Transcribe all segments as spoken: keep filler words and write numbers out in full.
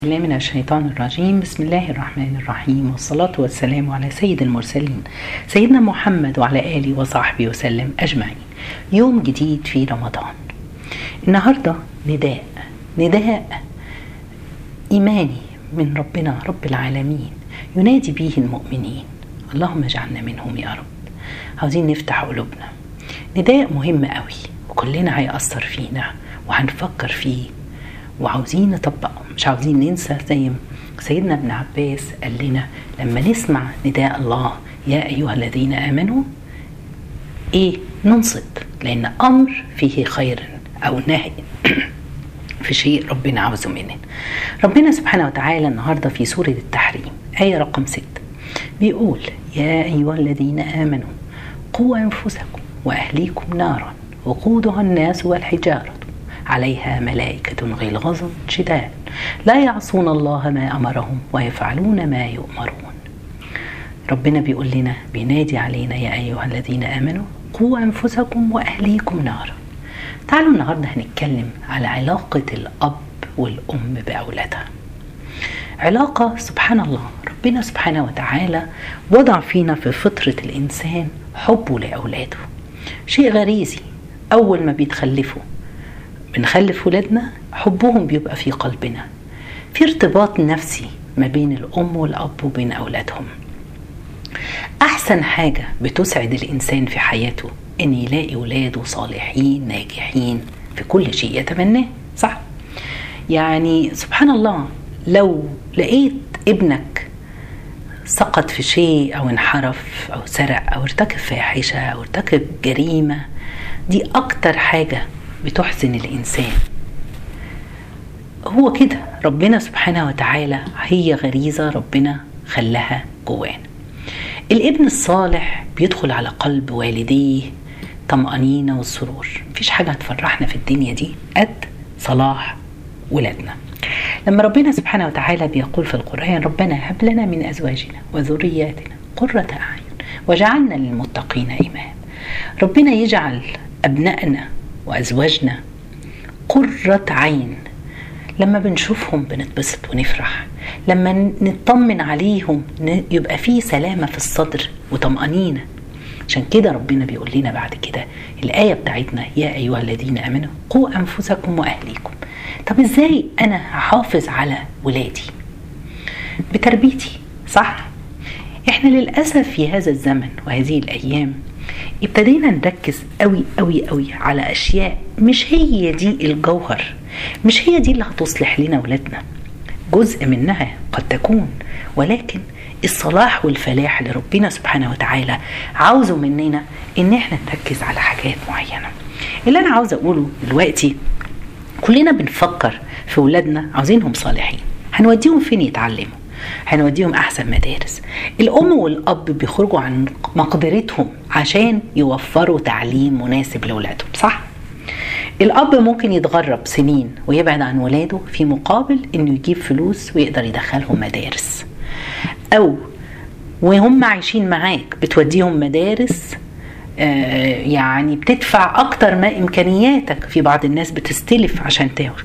الله من الشيطان الرجيم. بسم الله الرحمن الرحيم، والصلاة والسلام على سيد المرسلين سيدنا محمد وعلى آله وصحبه وسلم أجمعين. يوم جديد في رمضان. النهاردة نداء نداء إيماني من ربنا رب العالمين ينادي به المؤمنين، اللهم اجعلنا منهم يا رب. عاوزين نفتح قلوبنا. نداء مهم قوي وكلنا هيأثر فينا وهنفكر فيه وعاوزين نطبقه، مش عاوزين ننسى. زي سيدنا ابن عباس قال لنا لما نسمع نداء الله يا أيها الذين آمنوا إيه ننصت، لأن أمر فيه خير أو نهي في شيء ربنا عاوزه مننا. ربنا سبحانه وتعالى النهاردة في سورة التحريم آية رقم ستة بيقول يا أيها الذين آمنوا قوا أنفسكم وأهليكم نارا وقودها الناس والحجارة عليها ملائكة غلظ شداد لا يعصون الله ما أمرهم ويفعلون ما يؤمرون. ربنا بيقول لنا، بينادي علينا يا أيها الذين آمنوا قوا أنفسكم وأهليكم نارا. تعالوا النهاردة هنتكلم على علاقة الأب والأم بأولادها. علاقة سبحان الله، ربنا سبحانه وتعالى وضع فينا في فطرة الإنسان حبه لأولاده، شيء غريزي. أول ما بيتخلفوا بنخلف ولادنا حبهم بيبقى في قلبنا، في ارتباط نفسي ما بين الأم والأب وبين أولادهم. أحسن حاجة بتسعد الإنسان في حياته إن يلاقي ولاده صالحين ناجحين في كل شيء يتمناه، صح؟ يعني سبحان الله، لو لقيت ابنك سقط في شيء أو انحرف أو سرق أو ارتكب فاحشة أو ارتكب جريمة، دي أكتر حاجة بتحزن الإنسان. هو كده ربنا سبحانه وتعالى، هي غريزة ربنا خلاها جوانا. الابن الصالح بيدخل على قلب والديه طمأنينة والسرور. مفيش حاجة هتفرحنا في الدنيا دي قد صلاح ولادنا. لما ربنا سبحانه وتعالى بيقول في القرآن ربنا هب لنا من أزواجنا وذرياتنا قرة أعين وجعلنا للمتقين إماما. ربنا يجعل أبنائنا وأزواجنا قرة عين، لما بنشوفهم بنتبسط ونفرح، لما نطمن عليهم يبقى فيه سلامة في الصدر وطمأنينة. عشان كده ربنا بيقول لنا بعد كده الآية بتاعتنا يا أيها الذين آمنوا قوا أنفسكم وأهليكم. طب إزاي أنا هحافظ على ولادي؟ بتربيتي، صح؟ إحنا للأسف في هذا الزمن وهذه الأيام ابتدينا نركز قوي قوي قوي على أشياء مش هي دي الجوهر، مش هي دي اللي هتصلح لنا ولادنا. جزء منها قد تكون، ولكن الصلاح والفلاح اللي ربنا سبحانه وتعالى عاوزه مننا ان احنا نركز على حاجات معينة. اللي انا عاوز اقوله دلوقتي، كلنا بنفكر في ولادنا عاوزينهم صالحين، هنوديهم فين يتعلموا؟ هنوديهم احسن مدارس. الام والاب بيخرجوا عن مقدرتهم عشان يوفروا تعليم مناسب لاولادهم، صح؟ الاب ممكن يتغرب سنين ويبعد عن ولاده في مقابل انه يجيب فلوس ويقدر يدخلهم مدارس، او وهم عايشين معاك بتوديهم مدارس آه يعني بتدفع اكتر ما امكانياتك. في بعض الناس بتستلف عشان تاخد.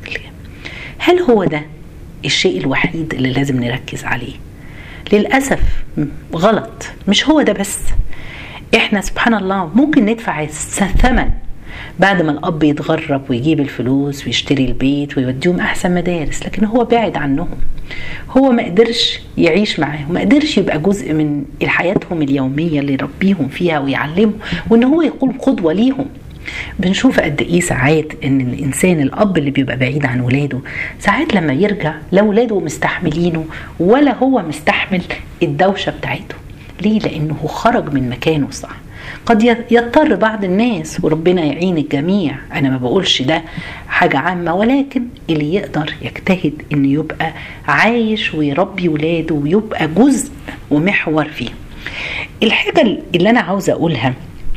هل هو ده الشيء الوحيد اللي لازم نركز عليه؟ للأسف غلط. مش هو ده بس. احنا سبحان الله ممكن ندفع الثمن بعد ما الأب يتغرب ويجيب الفلوس ويشتري البيت ويوديهم أحسن مدارس، لكن هو بعد عنهم، هو ما قدرش يعيش معاهم، ما قدرش يبقى جزء من حياتهم اليومية اللي يربيهم فيها ويعلمهم وإن هو يكون قدوة ليهم. بنشوف قد ايه ساعات ان الانسان الاب اللي بيبقى بعيد عن ولاده ساعات لما يرجع لا ولاده مستحملينه ولا هو مستحمل الدوشة بتاعته. ليه؟ لانه خرج من مكانه، صح؟ قد يضطر بعض الناس، وربنا يعين الجميع، انا ما بقولش ده حاجة عامة، ولكن اللي يقدر يجتهد انه يبقى عايش ويربي ولاده ويبقى جزء ومحور فيه. الحاجة اللي انا عاوزة اقولها،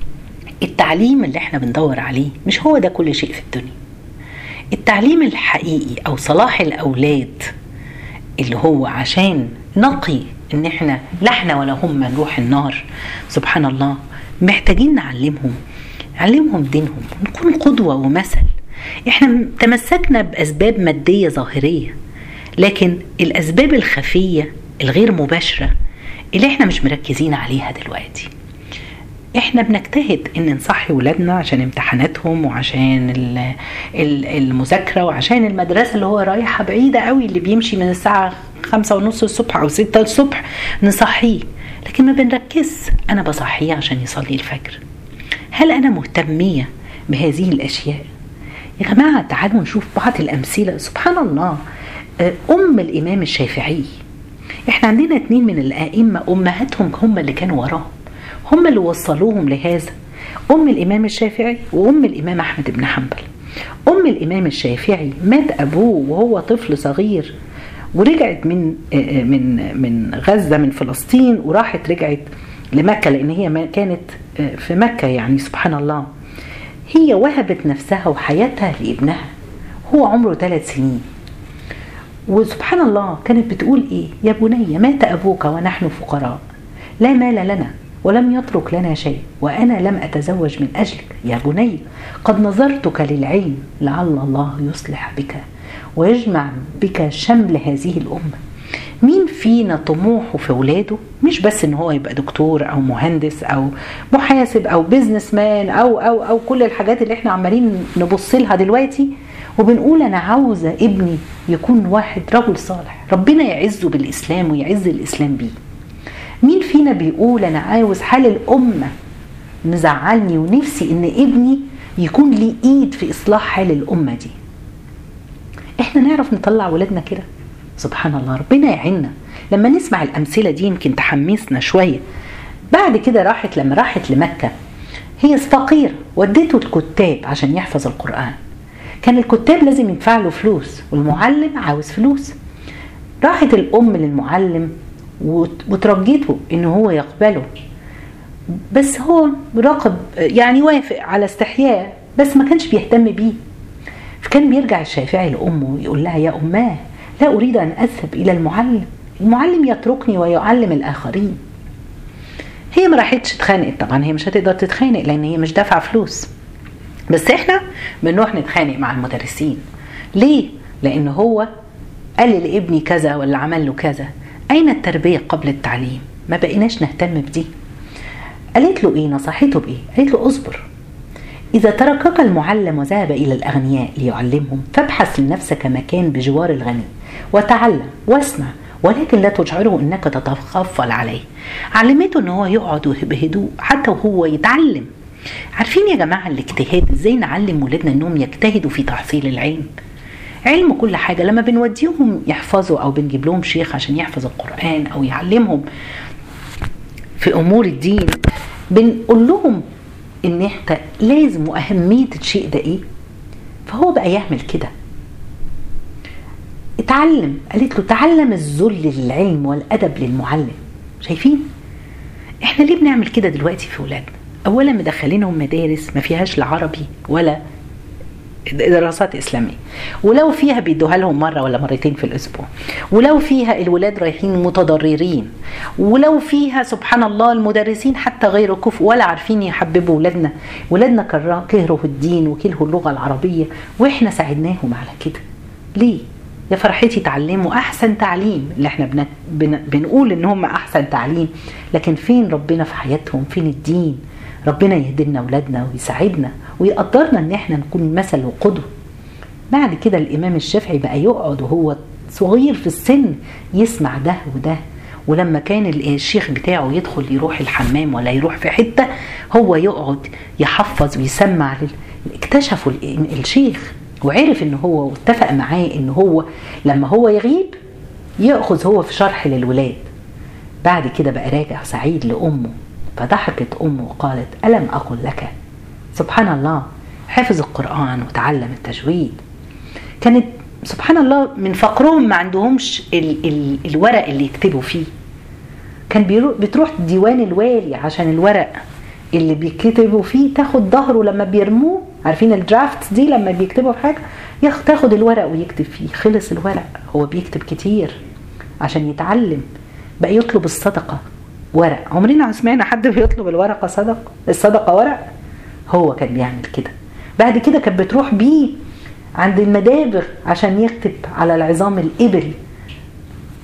التعليم اللي احنا بندور عليه مش هو ده كل شيء في الدنيا. التعليم الحقيقي او صلاح الاولاد اللي هو عشان نقي ان احنا لا احنا ولا هم نروح النار، سبحان الله، محتاجين نعلمهم نعلمهم دينهم ونكون قدوة ومثل. احنا تمسكنا باسباب مادية ظاهرية، لكن الأسباب الخفية الغير مباشرة اللي احنا مش مركزين عليها دلوقتي. احنا بنجتهد ان نصحي ولادنا عشان امتحاناتهم وعشان المذاكرة وعشان المدرسة اللي هو رايحة بعيدة قوي، اللي بيمشي من الساعة خمسة ونص الصبح او ستة الصبح نصحيه، لكن ما بنركز انا بصحيه عشان يصلي الفجر. هل انا مهتمية بهذه الاشياء؟ يا جماعة تعالوا نشوف بعض الامثلة. سبحان الله، ام الامام الشافعي، احنا عندنا اتنين من الائمة امهاتهم هم اللي كانوا وراهم، هم اللي وصلوهم لهذا. ام الامام الشافعي وام الامام احمد بن حنبل. ام الامام الشافعي مات ابوه وهو طفل صغير، ورجعت من من من غزة من فلسطين، وراحت رجعت لمكة لان هي كانت في مكة. يعني سبحان الله، هي وهبت نفسها وحياتها لابنها، هو عمره ثلاث سنين. وسبحان الله كانت بتقول ايه؟ يا بني مات ابوك ونحن فقراء، لا مال لنا ولم يترك لنا شيء، وأنا لم أتزوج من أجلك. يا بني قد نظرتك للعلم لعل الله يصلح بك ويجمع بك شمل هذه الأمة. مين فينا طموحه في ولاده مش بس ان هو يبقى دكتور او مهندس او محاسب او بيزنس مان او او او كل الحاجات اللي احنا عمالين نبص لها دلوقتي وبنقول انا عاوزة ابني يكون واحد رجل صالح ربنا يعزه بالإسلام ويعز الإسلام بيه. مين فينا بيقول انا عاوز حال الامه مزعلني ونفسي ان ابني يكون لي ايد في اصلاح حال الامه دي؟ احنا نعرف نطلع ولادنا كده؟ سبحان الله، ربنا يعيننا. لما نسمع الامثله دي يمكن تحمسنا شويه. بعد كده راحت لما راحت لمكه، هي فقيره، ودته الكتاب عشان يحفظ القران. كان الكتاب لازم يدفع له فلوس والمعلم عاوز فلوس. راحت الام للمعلم وترجيته ان هو يقبله، بس هو راقب يعني وافق على استحياء، بس ما كانش بيهتم بيه. فكان بيرجع الشافعي لامه يقول لها يا اماه لا اريد ان اذهب الى المعلم، المعلم يتركني ويعلم الاخرين. هي ما راحتش اتخانقت، طبعا هي مش هتقدر تتخانق لان هي مش دافعه فلوس، بس احنا بنروح نتخانق مع المدرسين. ليه؟ لان هو قال لابني كذا ولا عمل له كذا. أين التربية قبل التعليم؟ ما بقيناش نهتم بدي. قالت له إيه؟ نصحته بإيه؟ قالت له أصبر، إذا تركك المعلم وذهب إلى الأغنياء ليعلمهم فابحث لنفسك مكان بجوار الغني وتعلم واسمع، ولكن لا تشعره أنك تتغفل عليه. علمته أنه هو يقعد بهدوء حتى وهو يتعلم. عارفين يا جماعة الاجتهاد إزاي نعلم ولادنا أنهم يجتهدوا في تحصيل العلم؟ علم كل حاجة. لما بنوديهم يحفظوا أو بنجيب لهم شيخ عشان يحفظ القرآن أو يعلمهم في أمور الدين، بنقول لهم إن إحنا لازم وأهمية الشيء ده إيه، فهو بقى يعمل كده. اتعلم، قالت له تعلم الذل للعلم والأدب للمعلم. شايفين؟ إحنا ليه بنعمل كده دلوقتي في ولادنا؟ أولا مدخلينهم مدارس ما فيهاش لا عربي ولا دراسات إسلامية، ولو فيها بيدوها لهم مرة ولا مرتين في الأسبوع، ولو فيها الولاد رايحين متضررين، ولو فيها سبحان الله المدرسين حتى غير كفء ولا عارفين يحببوا ولادنا. ولادنا كرهوا الدين وكرهوا اللغة العربية وإحنا ساعدناهم على كده. ليه؟ يا فرحتي تعلموا أحسن تعليم، اللي احنا بن... بن... بنقول إن هم أحسن تعليم، لكن فين ربنا في حياتهم؟ فين الدين؟ ربنا يهدلنا ولادنا ويساعدنا ويقدرنا ان احنا نكون مثل وقدوة. بعد كده الامام الشافعي بقى يقعد وهو صغير في السن يسمع ده وده، ولما كان الشيخ بتاعه يدخل يروح الحمام ولا يروح في حتة هو يقعد يحفظ ويسمع. اكتشفوا الشيخ وعرف ان هو واتفق معاه ان هو لما هو يغيب يأخذ هو في شرح للولاد. بعد كده بقى راجع سعيد لأمه، فضحكت أمه وقالت ألم أقل لك؟ سبحان الله، حفظ القرآن وتعلم التجويد. كانت سبحان الله من فقرهم ما عندهمش ال ال الورق اللي يكتبوا فيه، كان بتروح ديوان الوالي عشان الورق اللي بيكتبوا فيه تاخد ظهره لما بيرموه. عارفين الدرافت دي لما بيكتبوا في حاجة تاخد الورق ويكتب فيه. خلص الورق، هو بيكتب كتير عشان يتعلم. بقى يطلب الصدقة ورق. عمرنا سمعنا حد بيطلب الورقة صدقة، الصدقة ورق. هو كان بيعمل كده. بعد كده كانت بتروح بيه عند المدابغ عشان يكتب على العظام الإبل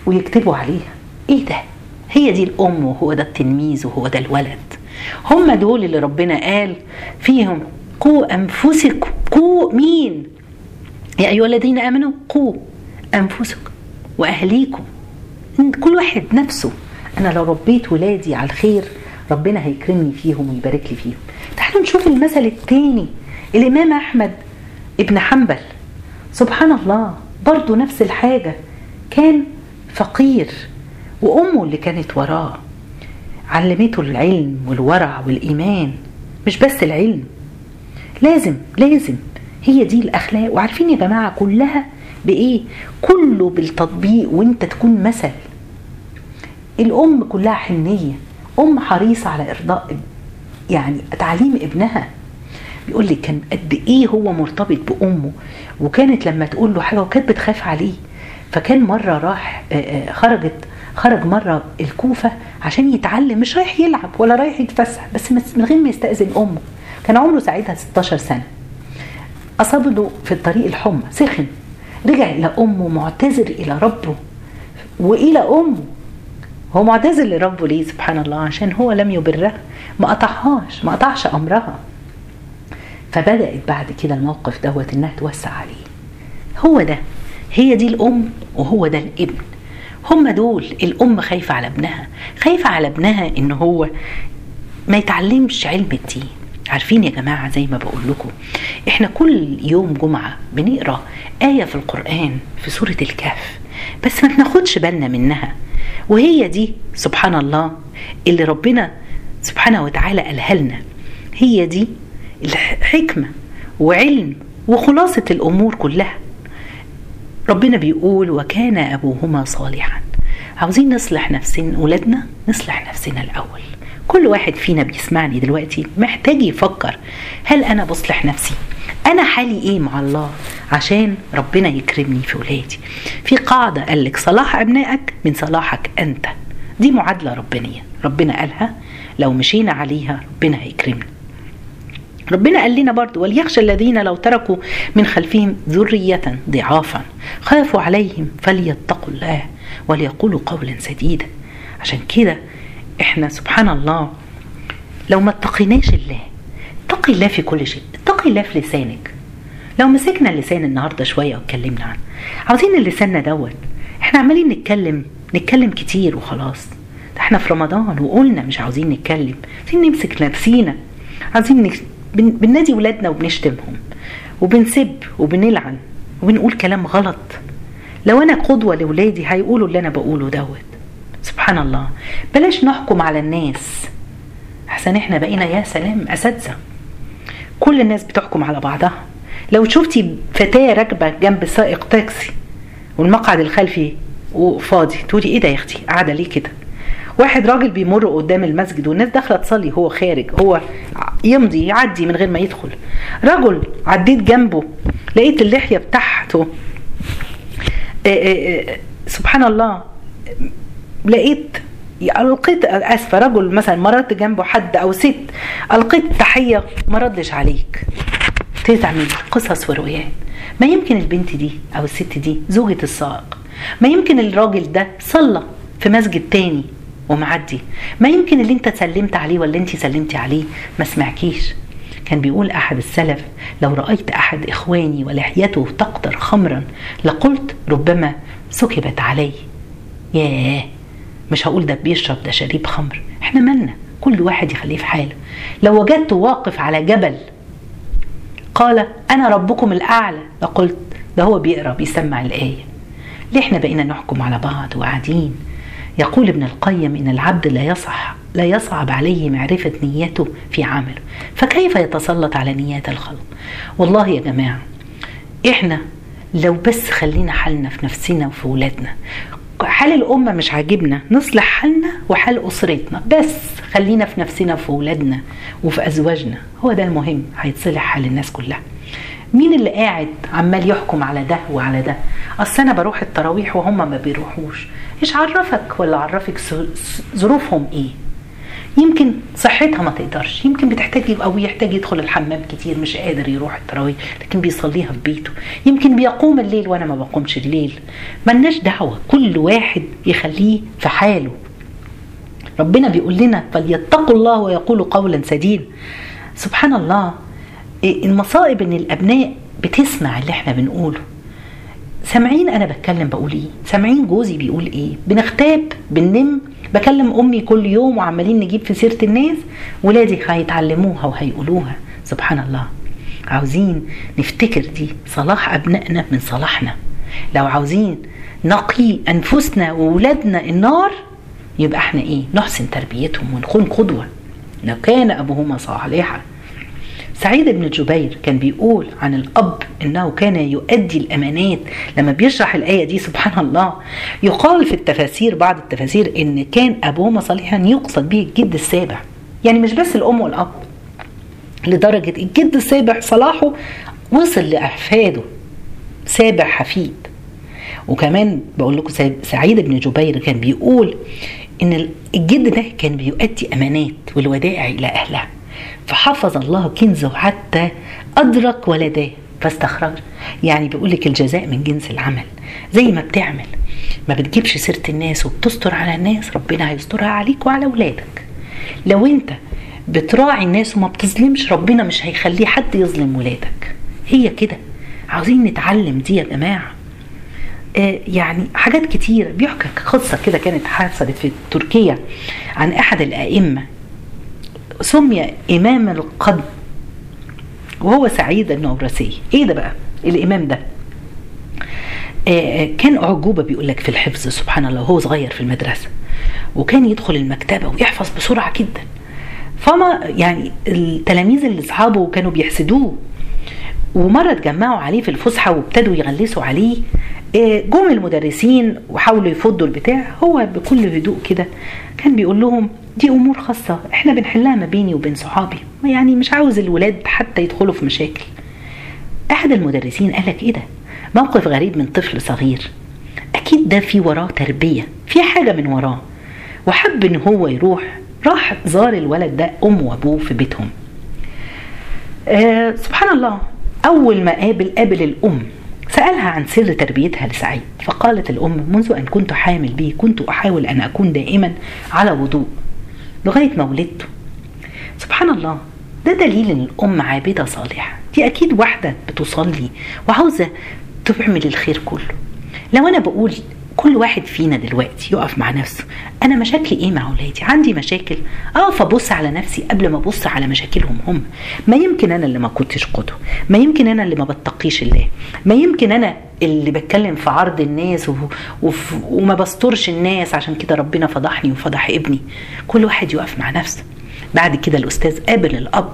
ويكتبوا عليها. ايه ده؟ هي دي الام وهو ده التلميذ وهو ده الولد. هم دول اللي ربنا قال فيهم قوا انفسكم. قوا مين؟ يا ايها الذين امنوا قوا انفسكم واهليكم. كل واحد نفسه. انا لو ربيت ولادي على الخير ربنا هيكرمني فيهم ويبارك لي فيهم. تعالوا نشوف المثل الثاني، الامام احمد ابن حنبل. سبحان الله، برضو نفس الحاجة، كان فقير وامه اللي كانت وراه علمته العلم والورع والايمان. مش بس العلم، لازم لازم هي دي الاخلاق. وعارفين يا جماعة كلها بايه؟ كله بالتطبيق، وانت تكون مثل. الام كلها حنية، ام حريصة على ارضاء يعني تعليم ابنها. بيقول لي كان قد ايه هو مرتبط بامه، وكانت لما تقول له حاجة وكانت بتخاف عليه. فكان مرة راح خرجت خرج مرة الكوفة عشان يتعلم، مش رايح يلعب ولا رايح يتفسح، بس من غير ما يستأذن امه. كان عمره ساعتها ستاشر سنة. اصاب له في الطريق الحمى، سخن، رجع الى امه معتذر الى ربه والى امه. هو معتذر لربه ليه؟ سبحان الله، عشان هو لم يبرها، ما قطعهاش، ما قطعش امرها. فبدأت بعد كده الموقف دوت انها توسع عليه. هو ده، هي دي الام وهو ده الابن. هم دول. الام خايفة على ابنها، خايفة على ابنها ان هو ما يتعلمش علم الدين. عارفين يا جماعة زي ما بقول لكم، احنا كل يوم جمعة بنقرأ آية في القرآن في سورة الكهف، بس ما بناخدش بالنا منها. وهي دي سبحان الله اللي ربنا سبحانه وتعالى قالها لنا. هي دي الحكمة وعلم وخلاصة الأمور كلها. ربنا بيقول وكان أبوهما صالحا. عاوزين نصلح نفسنا، ولادنا نصلح نفسنا الأول. كل واحد فينا بيسمعني دلوقتي محتاج يفكر، هل أنا بصلح نفسي؟ أنا حالي إيه مع الله عشان ربنا يكرمني في ولادي؟ في قاعدة قال لك صلاح أبنائك من صلاحك أنت. دي معادلة ربانية ربنا قالها، لو مشينا عليها ربنا هيكرمنا. ربنا قال لنا برضو وليخشى الذين لو تركوا من خلفهم ذرية ضعافا خافوا عليهم فليتقوا الله وليقولوا قولا سديدا. عشان كده احنا سبحان الله لو ما اتقيناش الله، اتقي الله في كل شيء، اتقي الله في لسانك. لو مسكنا اللسان النهاردة شوية واتكلمنا عنه، عاوزين اللسان دوت، احنا عمالين نتكلم نتكلم كتير وخلاص. احنا في رمضان وقلنا مش عاوزين نتكلم، عاوزين نمسك نفسينا، عاوزين نك... بن... بننادي ولادنا وبنشتمهم وبنسب وبنلعن وبنقول كلام غلط. لو انا قدوة لولادي هيقولوا اللي انا بقوله دوت. سبحان الله، بلاش نحكم على الناس، احسن احنا بقينا يا سلام اساتذة، كل الناس بتحكم على بعضها. لو شفتي فتاة راكبة جنب سائق تاكسي والمقعد الخلفي فاضي تقولي ايه ده يا اختي قاعدة ليه كده؟ واحد راجل بيمر قدام المسجد والناس داخله تصلي، هو خارج، هو يمضي يعدي من غير ما يدخل. رجل عديت جنبه لقيت اللحية بتاعته سبحان الله، لقيت ألقيت أسفة رجل مثلا مررت جنبه حد أو ست ألقيت تحية ما ردش عليك، تزعل. قصص وروايات. ما يمكن البنت دي أو الست دي زوجة السائق، ما يمكن الراجل ده صلى في مسجد تاني ومعدي، ما يمكن اللي انت سلمت عليه ولا انت سلمتي عليه ما سمعكيش. كان بيقول أحد السلف لو رأيت أحد إخواني ولحيته تقطر خمرا لقلت ربما سكبت عليه. ياه، مش هقول ده بيشرب ده شريب خمر، احنا مالنا، كل واحد يخليه في حاله. لو وجدته واقف على جبل قال أنا ربكم الأعلى لقلت ده هو بيقرأ بيسمع الآية. ليه احنا بقينا نحكم على بعض وقاعدين؟ يقول ابن القيم إن العبد لا يصح لا يصعب عليه معرفة نيته في عمله، فكيف يتسلط على نيات الخلق؟ والله يا جماعة احنا لو بس خلينا حالنا في نفسنا وفي ولادنا، حال الأمة مش عاجبنا نصلح حالنا وحال أسرتنا، بس خلينا في نفسنا وفي ولادنا وفي أزواجنا، هو ده المهم، هيتصلح حال الناس كلها. مين اللي قاعد عمال يحكم على ده وعلى ده؟ أصل أنا بروح التراويح وهم ما بيروحوش، إيش عرفك ولا عرفك ظروفهم إيه؟ يمكن صحتها ما تقدرش، يمكن بتحتاج او يحتاج يدخل الحمام كتير، مش قادر يروح التراويح لكن بيصليها في بيته. يمكن بيقوم الليل وانا ما بقومش الليل. ملناش دعوه، كل واحد يخليه في حاله. ربنا بيقول لنا فليتقوا الله ويقولوا قولا سديدا. سبحان الله، المصائب ان الابناء بتسمع اللي احنا بنقوله. سامعين انا بتكلم بقول ايه، سامعين جوزي بيقول ايه، بنختاب بننم. بكلم امي كل يوم وعمالين نجيب في سيره الناس، ولادي هيتعلموها وهيقولوها. سبحان الله. عاوزين نفتكر دي، صلاح ابنائنا من صلاحنا. لو عاوزين نقي انفسنا وولادنا النار، يبقى احنا ايه، نحسن تربيتهم ونكون قدوه. لو كان ابوهما صالحا. سعيد بن جبير كان بيقول عن الأب إنه كان يؤدي الأمانات. لما بيشرح الآية دي سبحان الله، يقال في التفاسير، بعض التفاسير، إن كان أبوهما صالحا يقصد به الجد السابع، يعني مش بس الأم والأب، لدرجة الجد السابع صلاحه وصل لأحفاده سابع حفيد. وكمان بقول لكم سعيد بن جبير كان بيقول إن الجد ده كان بيؤدي أمانات والودائع إلى أهلها، فحفظ الله كنزه حتى أدرك ولداه فاستخرج. يعني بيقول لك الجزاء من جنس العمل. زي ما بتعمل ما بتجيبش سيرة الناس وبتستر على الناس، ربنا هيسترها عليك وعلى ولادك. لو انت بتراعي الناس وما بتظلمش، ربنا مش هيخليه حد يظلم ولادك. هي كده. عاوزين نتعلم دي يا جماعة. آه يعني حاجات كتير. بيحكى قصة كده كانت حصلت في تركيا عن أحد الأئمة، سمي إمام القدم، وهو سعيد بن عبرسي. ايه ده بقى الإمام ده؟ آه كان أعجوبة بيقول لك في الحفظ سبحان الله، وهو صغير في المدرسة، وكان يدخل المكتبة ويحفظ بسرعة جدا. فما يعني التلاميذ اللي أصحابه كانوا بيحسدوه، ومرة اتجمعوا عليه في الفسحة وابتدوا يغلسوا عليه. جم المدرسين وحاولوا يفضوا البتاع، هو بكل هدوء كده كان بيقول لهم دي امور خاصة احنا بنحلها ما بيني وبين صحابي، يعني مش عاوز الولاد حتى يدخلوا في مشاكل. احد المدرسين قالك ايه ده، موقف غريب من طفل صغير، اكيد ده في وراه تربية، في حاجة من وراه. وحب ان هو يروح، راح زار الولد ده امه وابوه في بيتهم. آه سبحان الله، اول ما قابل قابل الام، سألها عن سر تربيتها لسعيد، فقالت الأم منذ أن كنت حامل به كنت أحاول أن أكون دائما على وضوء لغاية ما ولدته. سبحان الله، ده دليل أن الأم عابدة صالحة. دي أكيد واحدة بتصلي وعاوزة تعمل الخير كله. لو أنا بقول كل واحد فينا دلوقتي يقف مع نفسه، أنا مشاكلي إيه مع أولادي؟ عندي مشاكل، أقف أبص على نفسي قبل ما أبص على مشاكلهم هم. ما يمكن أنا اللي ما كنتش قدوة، ما يمكن أنا اللي ما بتقيش الله، ما يمكن أنا اللي بتكلم في عرض الناس و... وف... وما بسترش الناس، عشان كده ربنا فضحني وفضح ابني. كل واحد يقف مع نفسه. بعد كده الأستاذ قابل الأب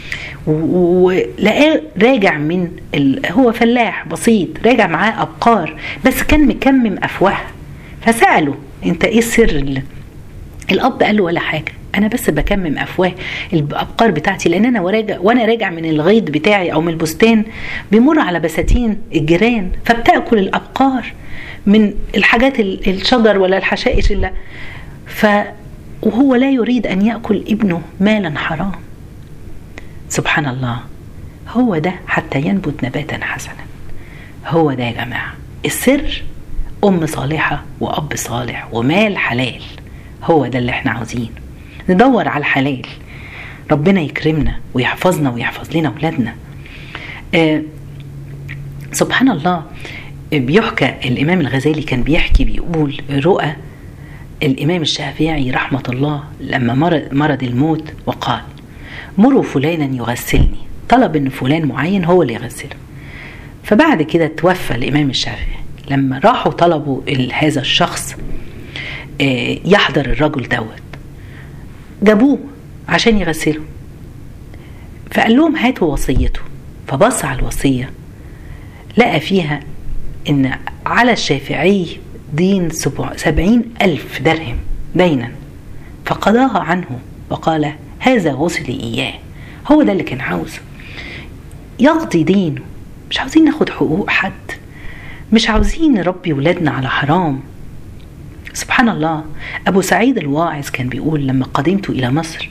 ولقاه راجع من ال... هو فلاح بسيط، راجع معاه أبقار بس كان مكمم أفواه، فسأله انت ايه السر اللي... الأب قال له ولا حاجة، أنا بس بكمم أفواه الأبقار بتاعتي، لأن أنا وراجع وأنا راجع من الغيط بتاعي أو من البستان بيمر على بساتين الجيران فبتأكل الأبقار من الحاجات الشجر ولا الحشائش اللي ف وهو لا يريد أن يأكل ابنه مالا حرام. سبحان الله، هو ده حتى ينبت نباتا حسنا. هو ده يا جماعة السر، أم صالحة وأب صالح ومال حلال. هو ده اللي احنا عاوزين، ندور على الحلال، ربنا يكرمنا ويحفظنا ويحفظ لنا أولادنا. آه سبحان الله، بيحكى الإمام الغزالي كان بيحكي بيقول رؤى الإمام الشافعي رحمة الله لما مرض, مرض الموت، وقال مروا فلانا يغسلني، طلب ان فلان معين هو اللي يغسله. فبعد كده توفى الإمام الشافعي، لما راحوا طلبوا هذا الشخص يحضر الرجل دوت، جابوه عشان يغسله، فقال لهم هاتوا وصيته. فبص على الوصية لقى فيها ان على الشافعي دين سبعين ألف درهم دينا، فقضاها عنه وقال هذا غسل إياه. هو ده اللي كان عاوزه، يقضي دينه. مش عاوزين ناخد حقوق حد، مش عاوزين نربي ولادنا على حرام. سبحان الله، أبو سعيد الواعظ كان بيقول لما قدمت إلى مصر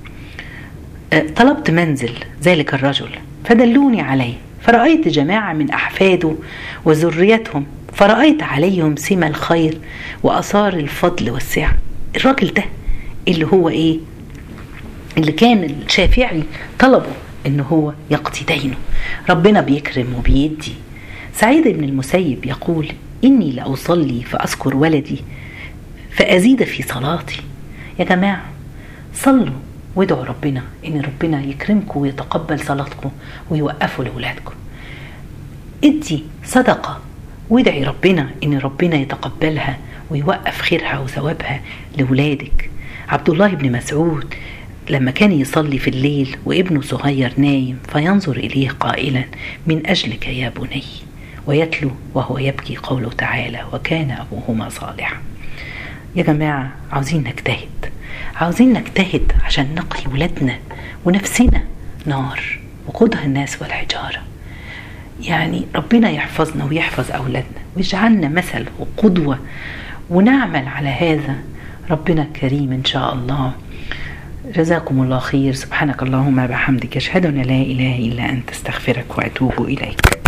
طلبت منزل ذلك الرجل فدلوني عليه، فرأيت جماعة من أحفاده وذريتهم، فرأيت عليهم سمة الخير وأثار الفضل والسعة. الراجل ده اللي هو إيه؟ اللي كان الشافعي طلبه إن هو يقضي دينه. ربنا بيكرم وبيدي. سعيد بن المسيب يقول: إني لأصلي فأذكر ولدي فأزيد في صلاتي. يا جماعة صلوا وادعوا ربنا إن ربنا يكرمكم ويتقبل صلاتكم ويوقفوا لأولادكم. ادي صدقة وادعي ربنا إن ربنا يتقبلها ويوقف خيرها وثوابها لأولادك. عبد الله بن مسعود لما كان يصلي في الليل وابنه صغير نايم فينظر إليه قائلا: من أجلك يا بني، ويتلو وهو يبكي قوله تعالى: وكان أبوهما صالحا. يا جماعة عاوزين نجتهد، عاوزين نجتهد عشان نقي ولادنا ونفسنا نار وقودها الناس والحجارة. يعني ربنا يحفظنا ويحفظ أولادنا ويجعلنا مثل وقدوة ونعمل على هذا. ربنا كريم إن شاء الله. جزاكم الله خير. سبحانك اللهم وبحمدك، أشهد أن لا إله إلا أنت، استغفرك وأتوب إليك.